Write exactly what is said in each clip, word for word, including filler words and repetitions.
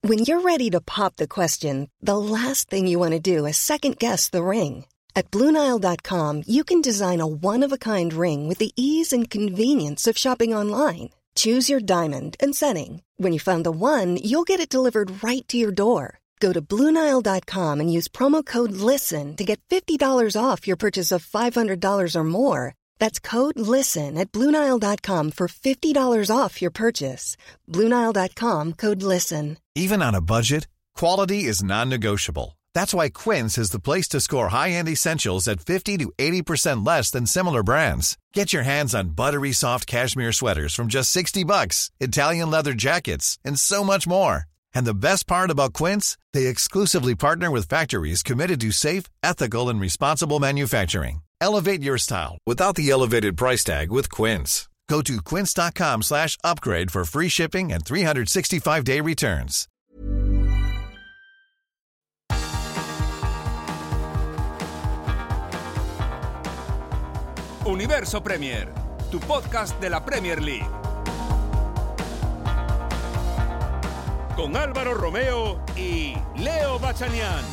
When you're ready to pop the question, the last thing you want to do is second-guess the ring. At Blue Nile dot com, you can design a one-of-a-kind ring with the ease and convenience of shopping online. Choose your diamond and setting. When you find the one, you'll get it delivered right to your door. Go to Blue Nile dot com and use promo code LISTEN to get fifty dollars off your purchase of five hundred dollars or more. That's code LISTEN at Blue Nile dot com for fifty dollars off your purchase. Blue Nile dot com, code LISTEN. Even on a budget, quality is non-negotiable. That's why Quince is the place to score high-end essentials at fifty to eighty percent less than similar brands. Get your hands on buttery soft cashmere sweaters from just sixty bucks, Italian leather jackets, and so much more. And the best part about Quince, they exclusively partner with factories committed to safe, ethical, and responsible manufacturing. Elevate your style without the elevated price tag with Quince. Go to quince dot com slash upgrade for free shipping and three sixty-five day returns. Universo Premier, tu podcast de la Premier League. Con Álvaro Romeo y Leo Bachanian.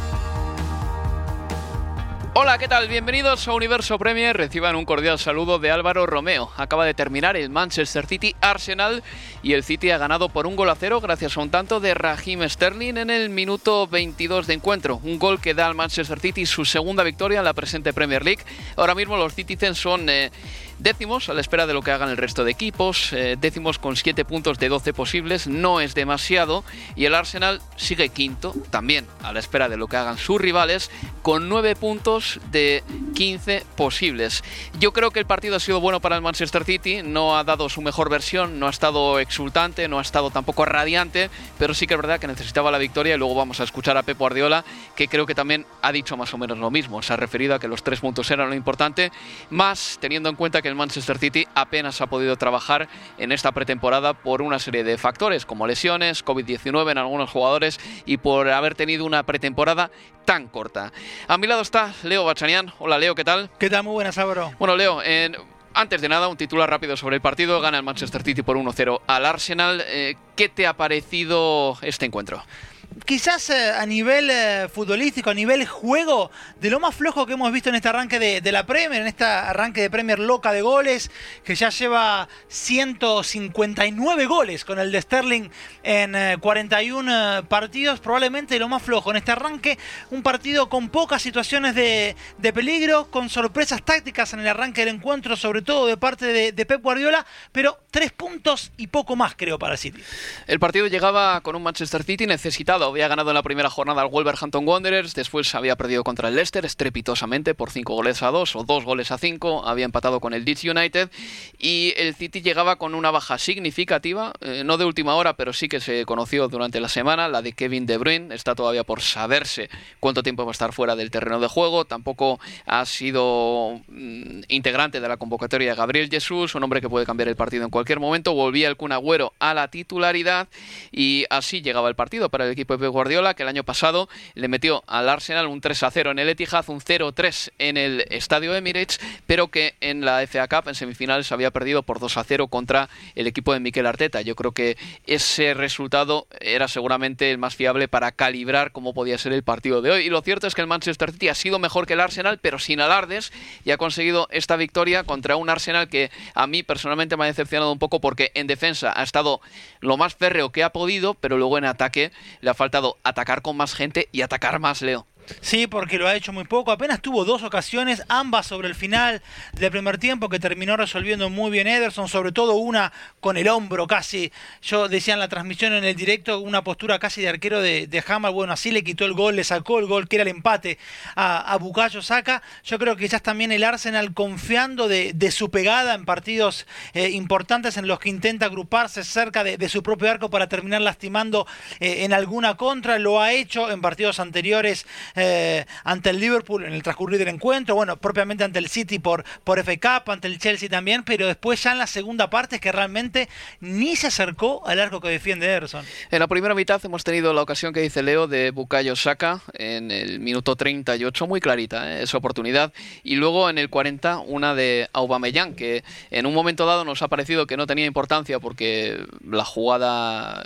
Hola, ¿qué tal? Bienvenidos a Universo Premier. Reciban un cordial saludo de Álvaro Romeo. Acaba de terminar el Manchester City Arsenal y el City ha ganado por un gol a cero gracias a un tanto de Raheem Sterling en el minuto veintidós de encuentro. Un gol que da al Manchester City su segunda victoria en la presente Premier League. Ahora mismo los Citizens son eh, décimos a la espera de lo que hagan el resto de equipos, eh, décimos con siete puntos de doce posibles, no es demasiado, y el Arsenal sigue quinto, también a la espera de lo que hagan sus rivales, con nueve puntos de quince posibles. Yo creo que el partido ha sido bueno para el Manchester City, no ha dado su mejor versión, no ha estado exultante, no ha estado tampoco radiante, pero sí que es verdad que necesitaba la victoria, y luego vamos a escuchar a Pep Guardiola, que creo que también ha dicho más o menos lo mismo, se ha referido a que los tres puntos eran lo importante, más teniendo en cuenta que el Manchester City apenas ha podido trabajar en esta pretemporada por una serie de factores como lesiones, covid diecinueve en algunos jugadores y por haber tenido una pretemporada tan corta. A mi lado está Leo Bachanian. Hola Leo, ¿qué tal? ¿Qué tal? Muy buenas, Álvaro. Bueno Leo, eh, antes de nada un titular rápido sobre el partido. Gana el Manchester City por uno cero al Arsenal. Eh, ¿Qué te ha parecido este encuentro? Quizás eh, a nivel eh, futbolístico, a nivel juego, de lo más flojo que hemos visto en este arranque de, de la Premier, en este arranque de Premier loca de goles, que ya lleva ciento cincuenta y nueve goles con el de Sterling en eh, cuarenta y uno eh, partidos, probablemente lo más flojo en este arranque, un partido con pocas situaciones de, de peligro, con sorpresas tácticas en el arranque del encuentro, sobre todo de parte de, de Pep Guardiola, pero tres puntos y poco más creo para City. El partido llegaba con un Manchester City necesitado. Había ganado en la primera jornada al Wolverhampton Wanderers, después había perdido contra el Leicester estrepitosamente por cinco goles a dos o dos goles a cinco, había empatado con el Leeds United y el City llegaba con una baja significativa, eh, no de última hora, pero sí que se conoció durante la semana, la de Kevin De Bruyne. Está todavía por saberse cuánto tiempo va a estar fuera del terreno de juego, tampoco ha sido mm, integrante de la convocatoria de Gabriel Jesús, un hombre que puede cambiar el partido en cualquier momento. Volvía el Kun Agüero a la titularidad y así llegaba el partido para el equipo de Pep Guardiola, que el año pasado le metió al Arsenal un tres a cero en el Etihad, un cero tres en el Estadio Emirates, pero que en la F A Cup en semifinales había perdido por dos a cero contra el equipo de Mikel Arteta. Yo creo que ese resultado era seguramente el más fiable para calibrar cómo podía ser el partido de hoy, y lo cierto es que el Manchester City ha sido mejor que el Arsenal, pero sin alardes, y ha conseguido esta victoria contra un Arsenal que a mí personalmente me ha decepcionado un poco, porque en defensa ha estado lo más férreo que ha podido, pero luego en ataque le ha faltado atacar con más gente y atacar más, Leo. Sí, porque lo ha hecho muy poco, apenas tuvo dos ocasiones, ambas sobre el final del primer tiempo, que terminó resolviendo muy bien Ederson, sobre todo una con el hombro casi, yo decía en la transmisión en el directo, una postura casi de arquero de, de Hammar. Bueno, así le quitó el gol, le sacó el gol que era el empate a, a Bukayo Saka. Yo creo que quizás también el Arsenal, confiando de, de su pegada en partidos eh, importantes en los que intenta agruparse cerca de, de su propio arco para terminar lastimando eh, en alguna contra, lo ha hecho en partidos anteriores Eh, ante el Liverpool en el transcurrir del encuentro, bueno, propiamente ante el City por, por F A Cup, ante el Chelsea también, pero después ya en la segunda parte es que realmente ni se acercó al arco que defiende Ederson. En la primera mitad hemos tenido la ocasión que dice Leo de Bukayo Saka en el minuto treinta y ocho, muy clarita ¿eh? esa oportunidad, y luego en el cuarenta una de Aubameyang, que en un momento dado nos ha parecido que no tenía importancia porque la jugada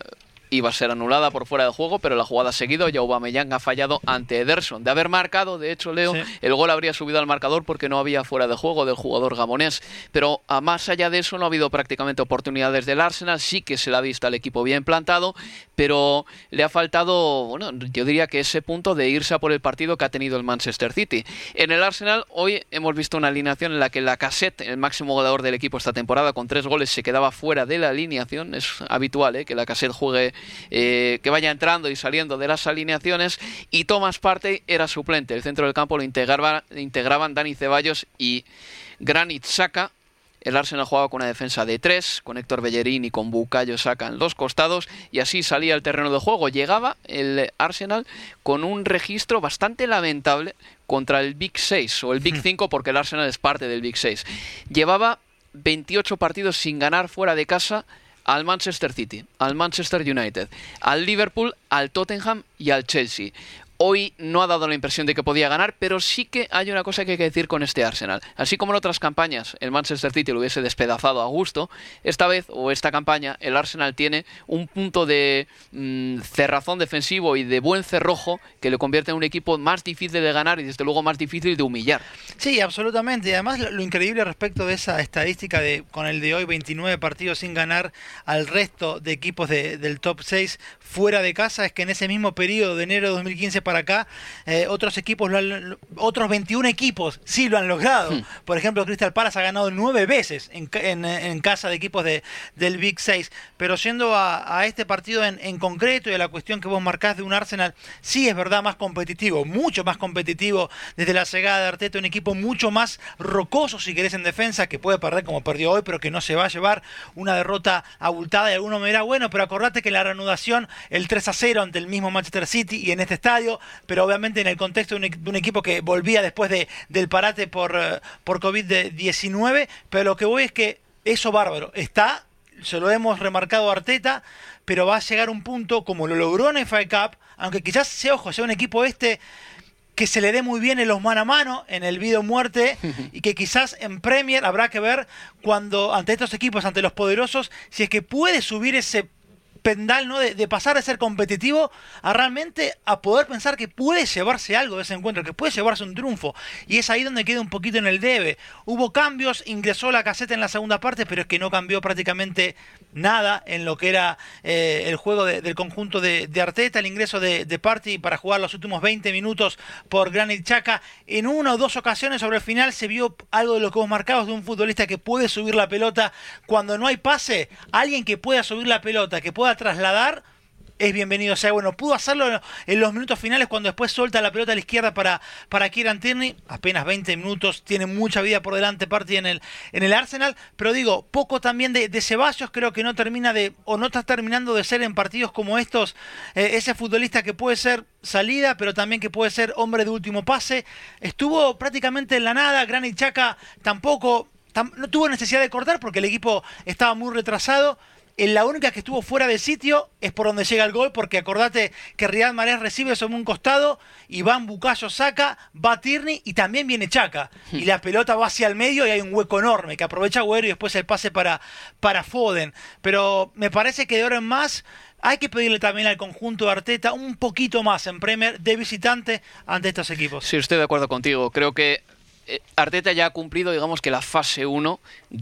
iba a ser anulada por fuera de juego, pero la jugada ha seguido y Aubameyang ha fallado ante Ederson. De haber marcado, de hecho, Leo, sí. el gol habría subido al marcador porque no había fuera de juego del jugador gabonés. Pero a más allá de eso no ha habido prácticamente oportunidades del Arsenal. Sí que se le ha visto al equipo bien plantado, pero le ha faltado, bueno, yo diría que ese punto de irse a por el partido que ha tenido el Manchester City. En el Arsenal hoy hemos visto una alineación en la que Lacazette, el máximo goleador del equipo esta temporada, con tres goles se quedaba fuera de la alineación. Es habitual ¿eh? que Lacazette juegue, eh, que vaya entrando y saliendo de las alineaciones, y Thomas Partey era suplente. El centro del campo lo integraba, integraban Dani Ceballos y Granit Xhaka. El Arsenal jugaba con una defensa de tres, con Héctor Bellerín y con Bukayo Saka en los costados, y así salía al terreno de juego. Llegaba el Arsenal con un registro bastante lamentable contra el Big seis, o el Big cinco, porque el Arsenal es parte del Big seis. Llevaba veintiocho partidos sin ganar fuera de casa al Manchester City, al Manchester United, al Liverpool, al Tottenham y al Chelsea. Hoy no ha dado la impresión de que podía ganar, pero sí que hay una cosa que hay que decir con este Arsenal. Así como en otras campañas el Manchester City lo hubiese despedazado a gusto, esta vez, o esta campaña, el Arsenal tiene un punto de mmm, cerrazón defensivo y de buen cerrojo que le convierte en un equipo más difícil de ganar y desde luego más difícil de humillar. Sí, absolutamente. Y además lo, lo increíble respecto de esa estadística de con el de hoy, veintinueve partidos sin ganar al resto de equipos de, del top seis fuera de casa, es que en ese mismo periodo de enero de dos mil quince para acá, eh, otros equipos, lo han, otros veintiún equipos sí lo han logrado. Hmm. Por ejemplo, Crystal Palace ha ganado nueve veces en, en, en casa de equipos de, del Big seis. Pero yendo a, a este partido en, en concreto y a la cuestión que vos marcás de un Arsenal, sí es verdad más competitivo, mucho más competitivo desde la llegada de Arteta, un equipo mucho más rocoso, si querés, en defensa, que puede perder como perdió hoy, pero que no se va a llevar una derrota abultada. Y alguno me dirá, bueno, pero acordate que en la reanudación el tres a cero ante el mismo Manchester City y en este estadio, pero obviamente en el contexto de un, de un equipo que volvía después de, del parate por, uh, por COVID diecinueve, pero lo que voy es que eso bárbaro, está, se lo hemos remarcado a Arteta, pero va a llegar un punto como lo logró en F A Cup, aunque quizás sea, ojo, sea un equipo este que se le dé muy bien en los mano a mano, en el vida o muerte, y que quizás en Premier habrá que ver cuando, ante estos equipos, ante los poderosos, si es que puede subir ese pendal, ¿no? De, de pasar de ser competitivo a realmente a poder pensar que puede llevarse algo de ese encuentro, que puede llevarse un triunfo, y es ahí donde queda un poquito en el debe. Hubo cambios, ingresó Lacazette en la segunda parte, pero es que no cambió prácticamente nada en lo que era eh, el juego de, del conjunto de, de Arteta. El ingreso de, de Partey para jugar los últimos veinte minutos por Granit Xhaka, en una o dos ocasiones sobre el final se vio algo de lo que vos marcabas, de un futbolista que puede subir la pelota cuando no hay pase, alguien que pueda subir la pelota, que pueda trasladar, es bienvenido. O sea, bueno, pudo hacerlo en los minutos finales cuando después suelta la pelota a la izquierda para, para Kieran Tierney. Apenas veinte minutos, tiene mucha vida por delante Partey en el, en el Arsenal, pero digo, poco también de, de Ceballos, creo que no termina de, o no está terminando de ser en partidos como estos, eh, ese futbolista que puede ser salida, pero también que puede ser hombre de último pase. Estuvo prácticamente en la nada. Granit Xhaka tampoco, tam, no tuvo necesidad de cortar porque el equipo estaba muy retrasado. En la única que estuvo fuera de sitio es por donde llega el gol, porque acordate que Riyad Mahrez recibe sobre un costado, Iván Bukayo Saka, va Tierney y también viene Xhaka. Y la pelota va hacia el medio y hay un hueco enorme que aprovecha Agüero y después el pase para, para Foden. Pero me parece que de ahora en más hay que pedirle también al conjunto de Arteta un poquito más en Premier de visitante ante estos equipos. Sí, estoy de acuerdo contigo. Creo que Arteta ya ha cumplido, digamos, que la fase uno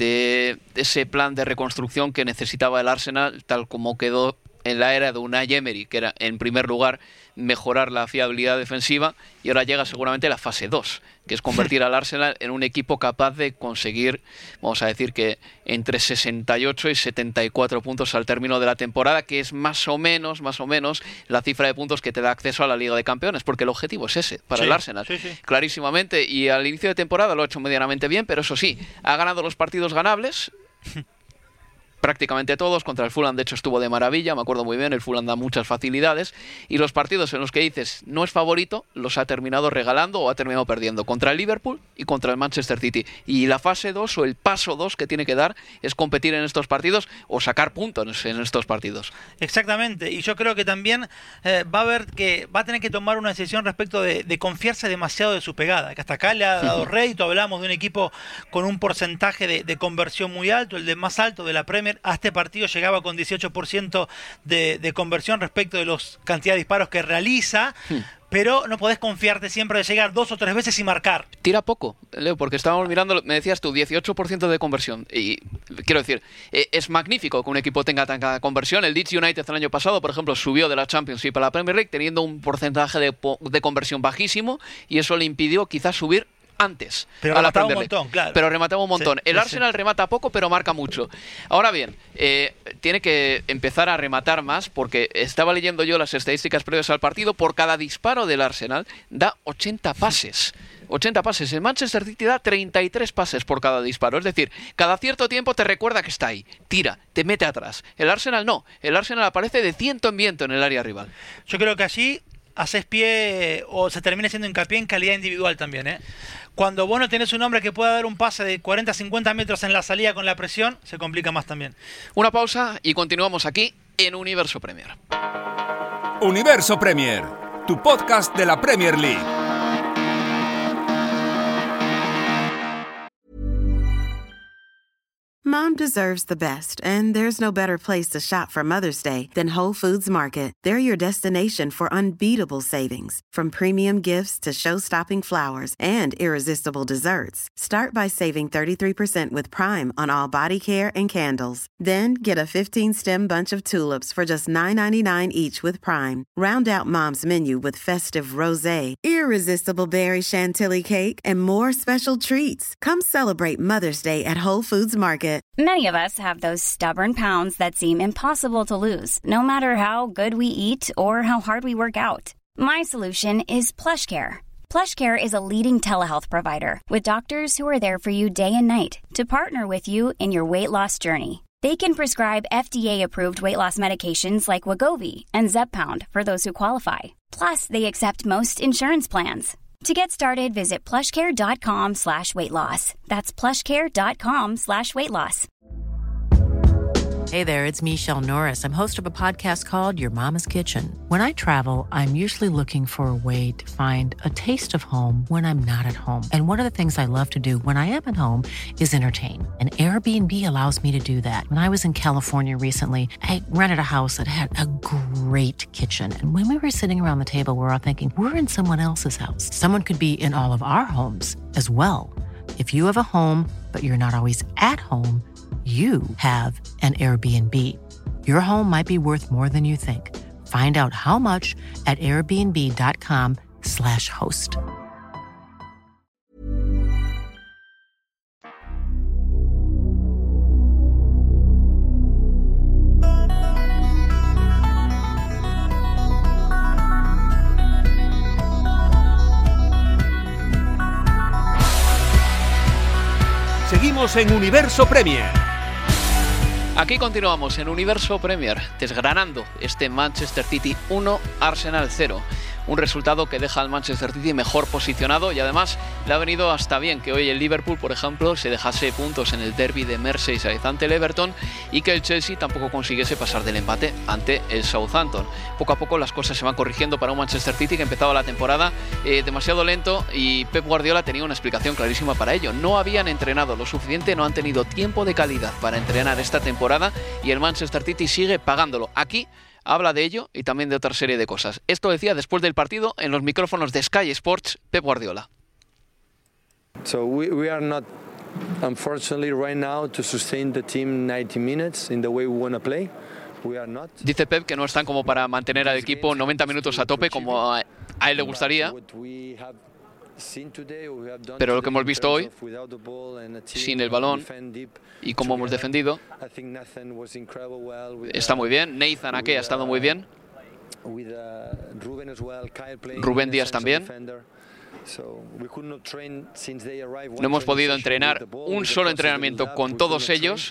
de ese plan de reconstrucción que necesitaba el Arsenal, tal como quedó en la era de Unai Emery, que era, en primer lugar, mejorar la fiabilidad defensiva, y ahora llega seguramente la fase dos, que es convertir al Arsenal en un equipo capaz de conseguir, vamos a decir que entre sesenta y ocho y setenta y cuatro puntos al término de la temporada, que es más o menos, más o menos la cifra de puntos que te da acceso a la Liga de Campeones, porque el objetivo es ese, para sí, el Arsenal, sí, sí. clarísimamente, y al inicio de temporada lo ha hecho medianamente bien, pero eso sí, ha ganado los partidos ganables, prácticamente todos. Contra el Fulham de hecho estuvo de maravilla, me acuerdo muy bien, el Fulham da muchas facilidades, y los partidos en los que dices no es favorito los ha terminado regalando o ha terminado perdiendo, contra el Liverpool y contra el Manchester City, y la fase dos o el paso dos que tiene que dar es competir en estos partidos o sacar puntos en estos partidos. Exactamente, y yo creo que también eh, va a haber que va a tener que tomar una decisión respecto de, de confiarse demasiado de su pegada, que hasta acá le ha dado rédito. Hablamos de un equipo con un porcentaje de, de conversión muy alto, el de más alto de la Premier Premier a este partido llegaba con dieciocho por ciento de, de conversión respecto de la cantidad de disparos que realiza. Hmm. Pero no podés confiarte siempre de llegar dos o tres veces y marcar. Tira poco, Leo, porque estábamos mirando, me decías tú, dieciocho por ciento de conversión. Y quiero decir, es magnífico que un equipo tenga tanta conversión. El Leeds United el año pasado, por ejemplo, subió de la Championship a la Premier League teniendo un porcentaje de, de conversión bajísimo y eso le impidió quizás subir antes. Pero remataba un montón, claro. Pero remataba un montón. Sí, el sí, Arsenal sí. remata poco, pero marca mucho. Ahora bien, eh, tiene que empezar a rematar más, porque estaba leyendo yo las estadísticas previas al partido. Por cada disparo del Arsenal da ochenta pases. ochenta pases. El Manchester City da treinta y tres pases por cada disparo. Es decir, cada cierto tiempo te recuerda que está ahí. Tira, te mete atrás. El Arsenal no. El Arsenal aparece de ciento en viento en el área rival. Yo creo que allí haces pie o se termina haciendo hincapié en calidad individual también, ¿eh? Cuando vos no tenés un hombre que pueda dar un pase de cuarenta a cincuenta metros en la salida con la presión, se complica más también. Una pausa y continuamos aquí en Universo Premier. Universo Premier, tu podcast de la Premier League. Mom deserves the best, and there's no better place to shop for Mother's Day than Whole Foods Market. They're your destination for unbeatable savings, from premium gifts to show-stopping flowers and irresistible desserts. Start by saving thirty-three percent with Prime on all body care and candles. Then get a fifteen-stem bunch of tulips for just nine ninety-nine each with Prime. Round out Mom's menu with festive rosé, irresistible berry chantilly cake, and more special treats. Come celebrate Mother's Day at Whole Foods Market. Many of us have those stubborn pounds that seem impossible to lose, no matter how good we eat or how hard we work out. My solution is PlushCare. PlushCare is a leading telehealth provider with doctors who are there for you day and night to partner with you in your weight loss journey. They can prescribe F D A-approved weight loss medications like Wegovy and Zepbound for those who qualify. Plus, they accept most insurance plans. To get started, visit plushcare.com slash weight loss. That's plushcare.com slash weight loss. Hey there, it's Michelle Norris. I'm host of a podcast called Your Mama's Kitchen. When I travel, I'm usually looking for a way to find a taste of home when I'm not at home. And one of the things I love to do when I am at home is entertain. And Airbnb allows me to do that. When I was in California recently, I rented a house that had a great kitchen. And when we were sitting around the table, we were all thinking, we're in someone else's house. Someone could be in all of our homes as well. If you have a home, but you're not always at home, you have an Airbnb. Your home might be worth more than you think. Find out how much at airbnb.com slash host. Seguimos en Universo Premier. Aquí continuamos en Universo Premier, desgranando este Manchester City uno, Arsenal cero. Un resultado que deja al Manchester City mejor posicionado y además le ha venido hasta bien que hoy el Liverpool, por ejemplo, se dejase puntos en el derby de Merseyside ante el Everton y que el Chelsea tampoco consiguiese pasar del empate ante el Southampton. Poco a poco las cosas se van corrigiendo para un Manchester City que empezaba la temporada eh, demasiado lento y Pep Guardiola tenía una explicación clarísima para ello. No habían entrenado lo suficiente, no han tenido tiempo de calidad para entrenar esta temporada y el Manchester City sigue pagándolo. Aquí habla de ello y también de otra serie de cosas. Esto decía después del partido en los micrófonos de Sky Sports Pep Guardiola. So we, we are not, unfortunately, right now to sustain the team ninety minutes in the way we want to play. We are not. Dice Pep que no están como para mantener al equipo noventa minutos a tope como a, a él le gustaría. Pero lo que hemos visto hoy, sin el balón y cómo hemos defendido, está muy bien. Nathan Ake ha estado muy bien. Rubén Díaz también. No hemos podido entrenar un solo entrenamiento con todos ellos.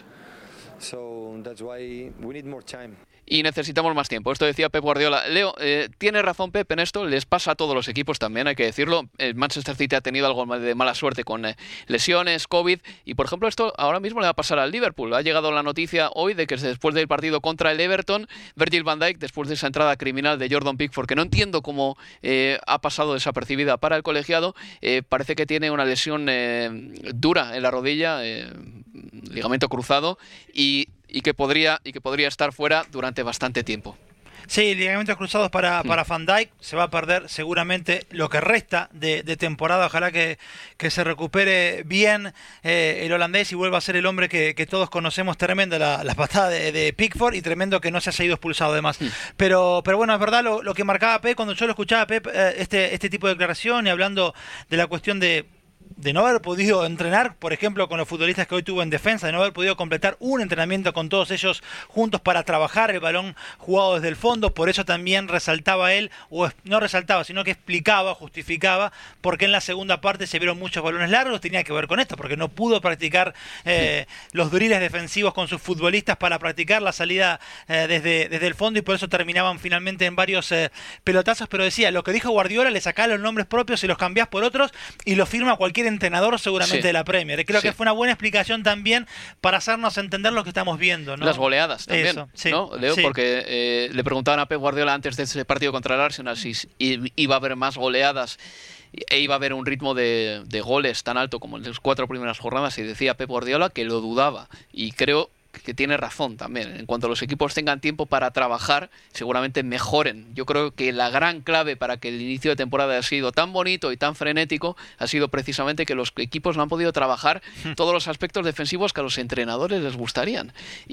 Y necesitamos más tiempo. Esto decía Pep Guardiola. Leo, eh, tiene razón Pep en esto, les pasa a todos los equipos también, hay que decirlo. El Manchester City ha tenido algo de mala suerte con eh, lesiones, COVID, y por ejemplo esto ahora mismo le va a pasar al Liverpool. Ha llegado la noticia hoy de que después del partido contra el Everton, Virgil van Dijk, después de esa entrada criminal de Jordan Pickford, que no entiendo cómo eh, ha pasado desapercibida para el colegiado, eh, parece que tiene una lesión eh, dura en la rodilla, eh, ligamento cruzado, y y que podría, y que podría estar fuera durante bastante tiempo. Sí, ligamentos cruzados para, para Van Dijk. Se va a perder seguramente lo que resta de, de temporada. Ojalá que, que se recupere bien eh, el holandés y vuelva a ser el hombre que, que todos conocemos. Tremenda la, la patada de, de Pickford y tremendo que no se haya ido expulsado además. Sí. Pero, pero bueno, es verdad lo, lo que marcaba Pep cuando yo lo escuchaba a Pep, eh, este, este tipo de declaración y hablando de la cuestión de... de no haber podido entrenar, por ejemplo, con los futbolistas que hoy tuvo en defensa, de no haber podido completar un entrenamiento con todos ellos juntos para trabajar el balón jugado desde el fondo. Por eso también resaltaba él, o no resaltaba, sino que explicaba, justificaba, porque en la segunda parte se vieron muchos balones largos. Tenía que ver con esto, porque no pudo practicar eh, los drills defensivos con sus futbolistas para practicar la salida eh, desde, desde el fondo, y por eso terminaban finalmente en varios eh, pelotazos. Pero decía, lo que dijo Guardiola, le sacás los nombres propios y los cambiás por otros y los firma cualquier entrenador seguramente sí. de la Premier. Creo sí. que fue una buena explicación también para hacernos entender lo que estamos viendo, ¿no? Las goleadas también, Eso, sí. ¿no, Leo? Sí. Porque eh, le preguntaban a Pep Guardiola antes de ese partido contra el Arsenal si iba a haber más goleadas e iba a haber un ritmo de, de goles tan alto como en las cuatro primeras jornadas, y decía Pep Guardiola que lo dudaba, y creo que tiene razón también. En cuanto los equipos tengan tiempo para trabajar, seguramente mejoren. Yo creo que la gran clave para que el inicio de temporada haya sido tan bonito y tan frenético ha sido precisamente que los equipos no han podido trabajar todos los aspectos defensivos que a los entrenadores les gustarían.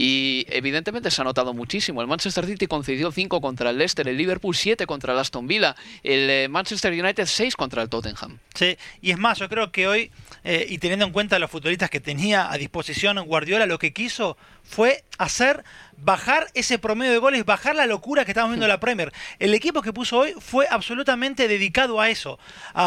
Y evidentemente se ha notado muchísimo. El Manchester City concedió cinco contra el Leicester, el Liverpool siete contra el Aston Villa, el Manchester United seis contra el Tottenham. Sí, y es más, yo creo que hoy, eh, y teniendo en cuenta los futbolistas que tenía a disposición Guardiola, lo que quiso fue hacer bajar ese promedio de goles, bajar la locura que estamos viendo en la Premier. El equipo que puso hoy fue absolutamente dedicado a eso,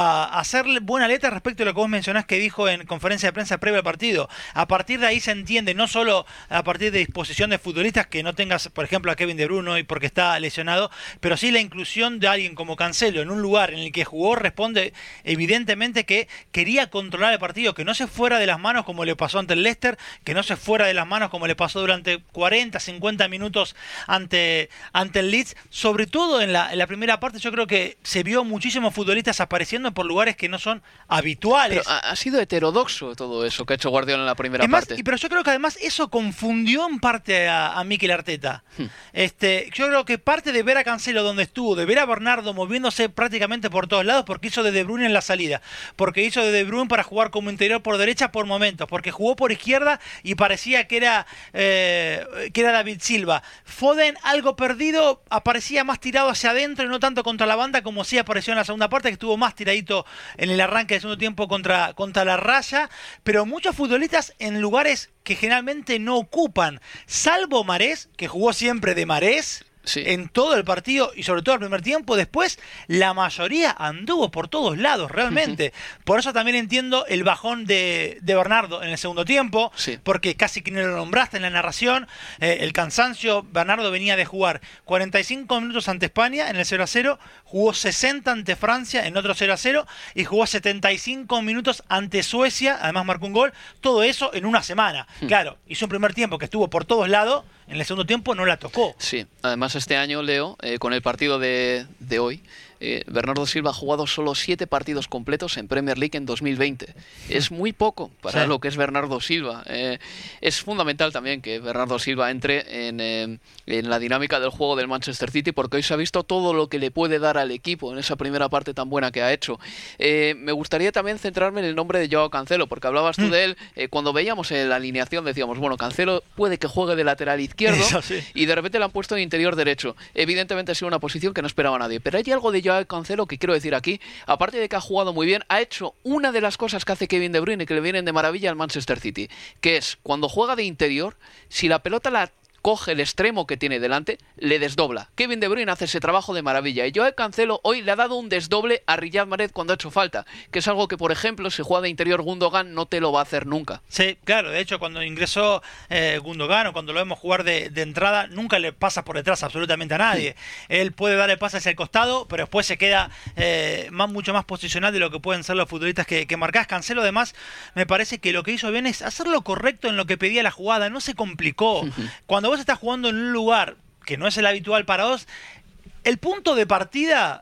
a hacerle buena letra respecto a lo que vos mencionás que dijo en conferencia de prensa previa al partido. A partir de ahí se entiende, no solo a partir de disposición de futbolistas, que no tengas, por ejemplo, a Kevin De Bruyne hoy porque está lesionado, pero sí la inclusión de alguien como Cancelo en un lugar en el que jugó responde evidentemente que quería controlar el partido, que no se fuera de las manos como le pasó ante el Leicester, que no se fuera de las manos como le pasó durante cuarenta, cincuenta minutos ante, ante el Leeds. Sobre todo en la, en la primera parte yo creo que se vio muchísimos futbolistas apareciendo por lugares que no son habituales. Pero ha, ha sido heterodoxo todo eso que ha hecho Guardiola en la primera es más, parte. Y, pero yo creo que además eso confundió en parte a, a Mikel Arteta. Hmm. Este, yo creo que parte de ver a Cancelo donde estuvo, de ver a Bernardo moviéndose prácticamente por todos lados, porque hizo de De Bruyne en la salida, porque hizo de De Bruyne para jugar como interior por derecha por momentos, porque jugó por izquierda y parecía que era eh, que era David Silva. Foden, algo perdido, aparecía más tirado hacia adentro y no tanto contra la banda como sí apareció en la segunda parte, que estuvo más tiradito en el arranque del segundo tiempo contra, contra la raya, pero muchos futbolistas en lugares que generalmente no ocupan, salvo Marés, que jugó siempre de Marés. Sí. En todo el partido y sobre todo el primer tiempo. Después la mayoría anduvo por todos lados realmente. Uh-huh. Por eso también entiendo el bajón de, de Bernardo en el segundo tiempo, sí. porque casi que no lo nombraste en la narración, eh, el cansancio. Bernardo venía de jugar cuarenta y cinco minutos ante España en el cero a cero, jugó sesenta ante Francia en otro cero a cero y jugó setenta y cinco minutos ante Suecia, además marcó un gol, todo eso en una semana. Uh-huh. Claro, hizo un primer tiempo que estuvo por todos lados, en el segundo tiempo no la tocó. Sí, además este año, Leo, eh, con el partido de, de hoy, eh, Bernardo Silva ha jugado solo siete partidos completos en Premier League en dos mil veinte. Es muy poco para sí. lo que es Bernardo Silva. Eh, es fundamental también que Bernardo Silva entre en, eh, en la dinámica del juego del Manchester City, porque hoy se ha visto todo lo que le puede dar al equipo en esa primera parte tan buena que ha hecho. Eh, me gustaría también centrarme en el nombre de Joao Cancelo, porque hablabas tú mm. de él, eh, cuando veíamos en la alineación decíamos, bueno, Cancelo puede que juegue de lateral izquierdo, Eso, sí. y de repente le han puesto en interior derecho. Evidentemente ha sido una posición que no esperaba nadie, pero hay algo de Joao Cancelo que quiero decir aquí, aparte de que ha jugado muy bien, ha hecho una de las cosas que hace Kevin De Bruyne que le vienen de maravilla al Manchester City, que es cuando juega de interior, si la pelota la coge el extremo que tiene delante, le desdobla. Kevin De Bruyne hace ese trabajo de maravilla, y Joao Cancelo hoy le ha dado un desdoble a Riyad Mahrez cuando ha hecho falta, que es algo que, por ejemplo, si juega de interior Gundogan no te lo va a hacer nunca. Sí, claro, de hecho cuando ingresó eh, Gundogan o cuando lo vemos jugar de, de entrada, nunca le pasa por detrás absolutamente a nadie. Sí. Él puede darle pase hacia el costado, pero después se queda eh, más, mucho más posicional de lo que pueden ser los futbolistas que, que marcás. Cancelo además me parece que lo que hizo bien es hacer lo correcto en lo que pedía la jugada, no se complicó. Uh-huh. Cuando vos estás jugando en un lugar que no es el habitual para vos, el punto de partida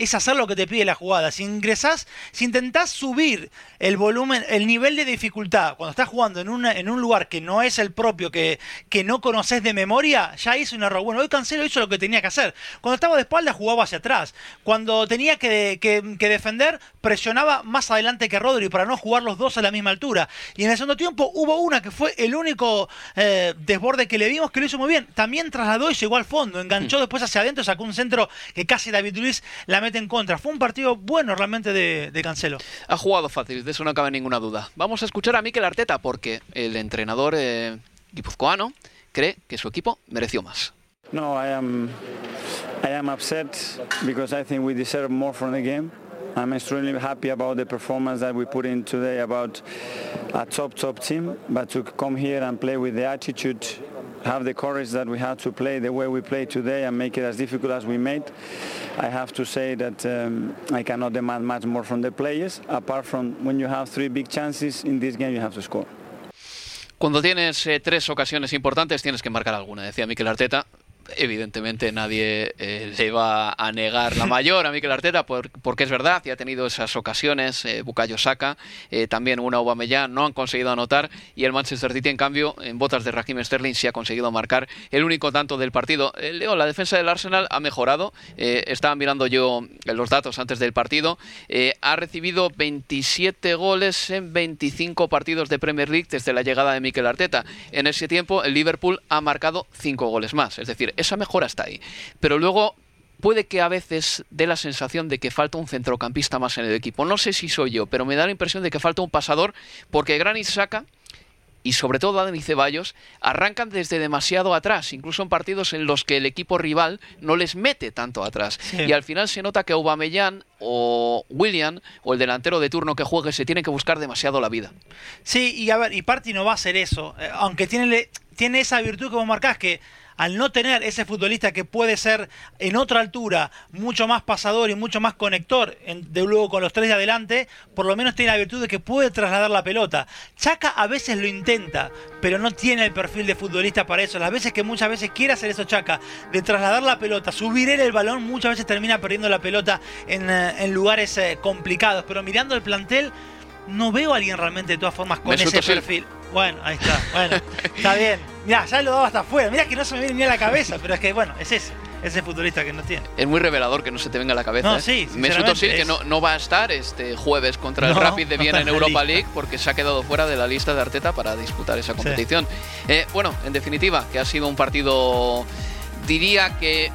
es hacer lo que te pide la jugada. Si ingresás, si intentás subir el volumen, el nivel de dificultad, cuando estás jugando en, una, en un lugar que no es el propio, que, que no conoces de memoria, ya hizo un error. Bueno, hoy Cancelo hizo lo que tenía que hacer. Cuando estaba de espalda, jugaba hacia atrás. Cuando tenía que, que, que defender, presionaba más adelante que Rodri para no jugar los dos a la misma altura. Y en el segundo tiempo hubo una que fue el único eh, desborde que le vimos, que lo hizo muy bien. También trasladó y llegó al fondo, enganchó después hacia adentro, sacó un centro que casi David Luiz la mete en contra. Fue un partido bueno realmente de, de Cancelo. Ha jugado fácil, de eso no cabe ninguna duda. Vamos a escuchar a Mikel Arteta porque el entrenador eh, guipuzcoano cree que su equipo mereció más. No, I am, I am upset because I think we deserve more from the game. I'm extremely happy about the performance that we put in today, about a top, top team, but to come here and play with the attitude, have the courage that we had to play the way we played today and make it as difficult as we made, I have to say that um, I cannot demand much more from the players, apart from when you have three big chances in this game, you have to score. Cuando tienes eh, tres ocasiones importantes, tienes que marcar alguna, decía Mikel Arteta. Evidentemente nadie eh, le va a negar la mayor a Mikel Arteta por, porque es verdad, y ha tenido esas ocasiones, eh, Bukayo Saka, eh, también una Aubameyang, no han conseguido anotar, y el Manchester City en cambio en botas de Raheem Sterling sí ha conseguido marcar el único tanto del partido. Eh, Leo, la defensa del Arsenal ha mejorado, eh, estaba mirando yo los datos antes del partido, eh, ha recibido veintisiete goles en veinticinco partidos de Premier League desde la llegada de Mikel Arteta. En ese tiempo el Liverpool ha marcado cinco goles más, es decir, esa mejora está ahí. Pero luego puede que a veces dé la sensación de que falta un centrocampista más en el equipo. No sé si soy yo, pero me da la impresión de que falta un pasador, porque Granit Xhaka y sobre todo Dani Ceballos arrancan desde demasiado atrás, incluso en partidos en los que el equipo rival no les mete tanto atrás. Sí. Y al final se nota que Aubameyang o Willian o el delantero de turno que juegue se tiene que buscar demasiado la vida. Sí, y a ver, y Partey no va a hacer eso, eh, aunque tiene, tiene esa virtud que vos marcás, que al no tener ese futbolista que puede ser en otra altura mucho más pasador y mucho más conector en, de luego con los tres de adelante, por lo menos tiene la virtud de que puede trasladar la pelota. Xhaka a veces lo intenta, pero no tiene el perfil de futbolista para eso. Las veces que muchas veces quiere hacer eso Xhaka, de trasladar la pelota, subir él el balón, muchas veces termina perdiendo la pelota en, en lugares eh, complicados. Pero mirando el plantel, no veo a alguien realmente de todas formas con ese perfil. Bueno, ahí está, bueno, está bien. Mirá, ya lo daba hasta afuera. Mirá que no se me viene ni a la cabeza, pero es que, bueno, es ese, ese futbolista que no tiene. Es muy revelador que no se te venga a la cabeza. No, ¿eh? sí, Mesut Özil, es... que no, no va a estar este jueves contra el no, Rapid de Viena no en Europa League, porque se ha quedado fuera de la lista de Arteta para disputar esa competición. Sí. Eh, bueno, en definitiva, que ha sido un partido, diría que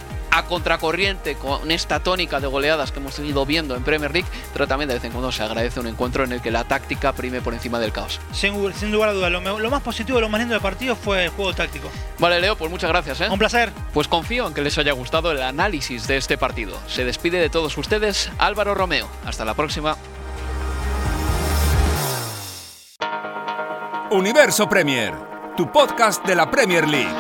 a contracorriente con esta tónica de goleadas que hemos ido viendo en Premier League, pero también de vez en cuando se agradece un encuentro en el que la táctica prime por encima del caos. Sin, sin lugar a dudas, lo, lo más positivo, lo más lindo del partido fue el juego táctico. Vale, Leo, pues muchas gracias, ¿eh? Un placer. Pues confío en que les haya gustado el análisis de este partido. Se despide de todos ustedes Álvaro Romeo. Hasta la próxima. Universo Premier, tu podcast de la Premier League.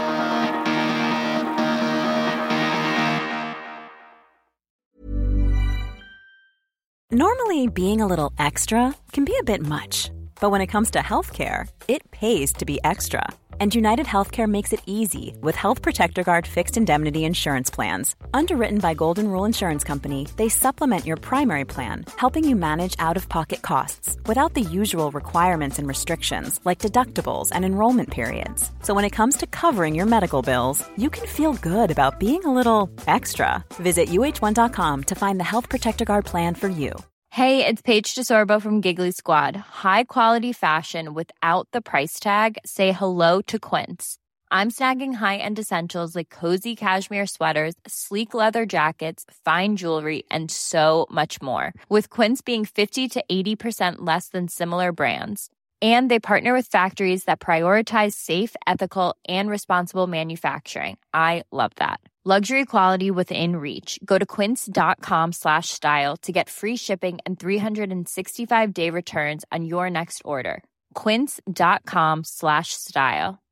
Normally, being a little extra can be a bit much, but when it comes to healthcare, it pays to be extra. And United Healthcare makes it easy with Health Protector Guard fixed indemnity insurance plans. Underwritten by Golden Rule Insurance Company, they supplement your primary plan, helping you manage out-of-pocket costs without the usual requirements and restrictions like deductibles and enrollment periods. So when it comes to covering your medical bills, you can feel good about being a little extra. Visit U H one dot com to find the Health Protector Guard plan for you. Hey, it's Paige DeSorbo from Giggly Squad. High quality fashion without the price tag. Say hello to Quince. I'm snagging high-end essentials like cozy cashmere sweaters, sleek leather jackets, fine jewelry, and so much more. With Quince being fifty to eighty percent less than similar brands. And they partner with factories that prioritize safe, ethical, and responsible manufacturing. I love that. Luxury quality within reach. Go to quince.com slash style to get free shipping and three sixty-five day returns on your next order. Quince.com slash style.